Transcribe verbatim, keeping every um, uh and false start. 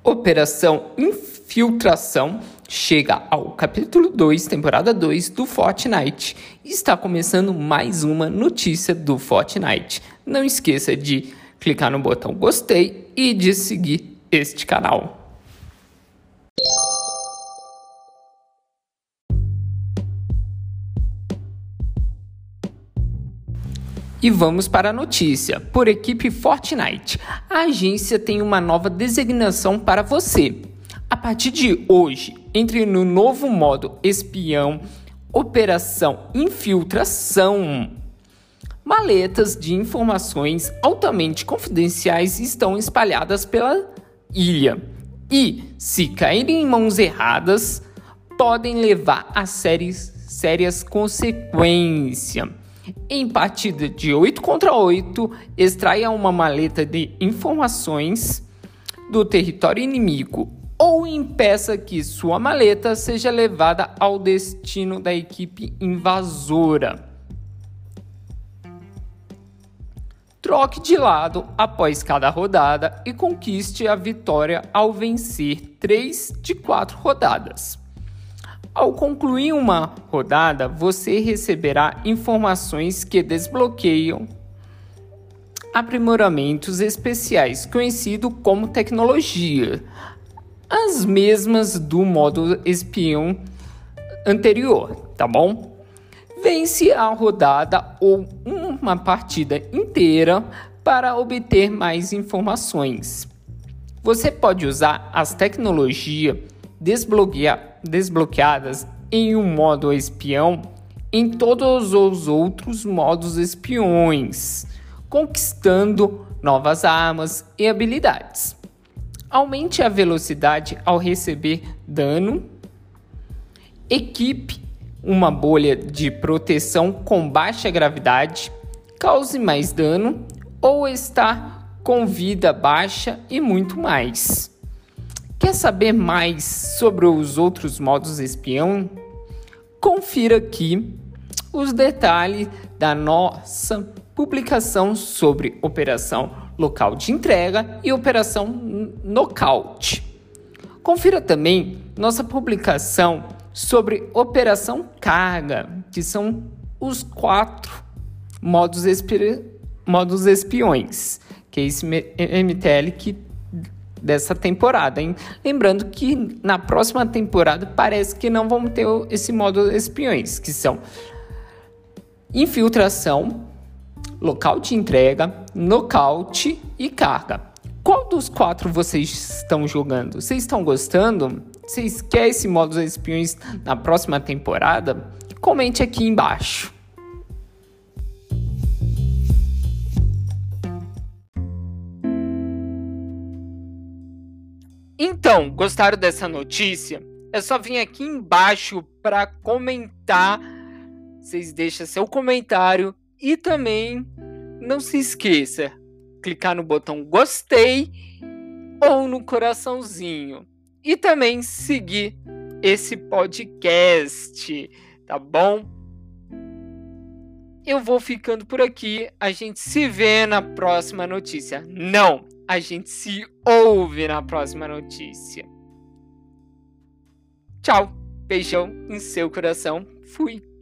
Operação Infiltração chega ao capítulo dois, temporada dois do Fortnite. Está começando mais uma notícia do Fortnite. Não esqueça de clicar no botão gostei e de seguir este canal. E vamos para a notícia. Por equipe Fortnite, a agência tem uma nova designação para você. A partir de hoje, entre no novo modo espião, Operação Infiltração. Maletas de informações altamente confidenciais estão espalhadas pela ilha. E, se caírem em mãos erradas, podem levar a sérias, sérias consequências. Em partida de oito contra oito, extraia uma maleta de informações do território inimigo ou impeça que sua maleta seja levada ao destino da equipe invasora. Troque de lado após cada rodada e conquiste a vitória ao vencer três de quatro rodadas. Ao concluir uma rodada, você receberá informações que desbloqueiam aprimoramentos especiais, conhecido como tecnologia, as mesmas do modo espião anterior, tá bom? Vence a rodada ou uma partida inteira para obter mais informações. Você pode usar as tecnologias desbloquear desbloqueadas em um modo espião em todos os outros modos espiões, conquistando novas armas e habilidades. Aumente a velocidade ao receber dano. Equipe uma bolha de proteção com baixa gravidade, cause mais dano ou estar com vida baixa e muito mais. Quer saber mais sobre os outros modos espião? Confira aqui os detalhes da nossa publicação sobre Operação Local de Entrega e Operação Nocaute. Confira também nossa publicação sobre Operação Carga, que são os quatro modos, espi- modos espiões, que é esse M T L que dessa temporada, hein? Lembrando que na próxima temporada parece que não vamos ter esse modo espiões, que são infiltração, local de entrega, nocaute e carga. Qual dos quatro vocês estão jogando? Vocês estão gostando? Vocês querem esse modo espiões na próxima temporada? Comente aqui embaixo. Então, gostaram dessa notícia? É só vir aqui embaixo para comentar. Vocês deixam seu comentário e também não se esqueça, clicar no botão gostei ou no coraçãozinho e também seguir esse podcast, tá bom? Eu vou ficando por aqui, a gente se vê na próxima notícia. Não! A gente se ouve na próxima notícia. Tchau, beijão em seu coração, fui.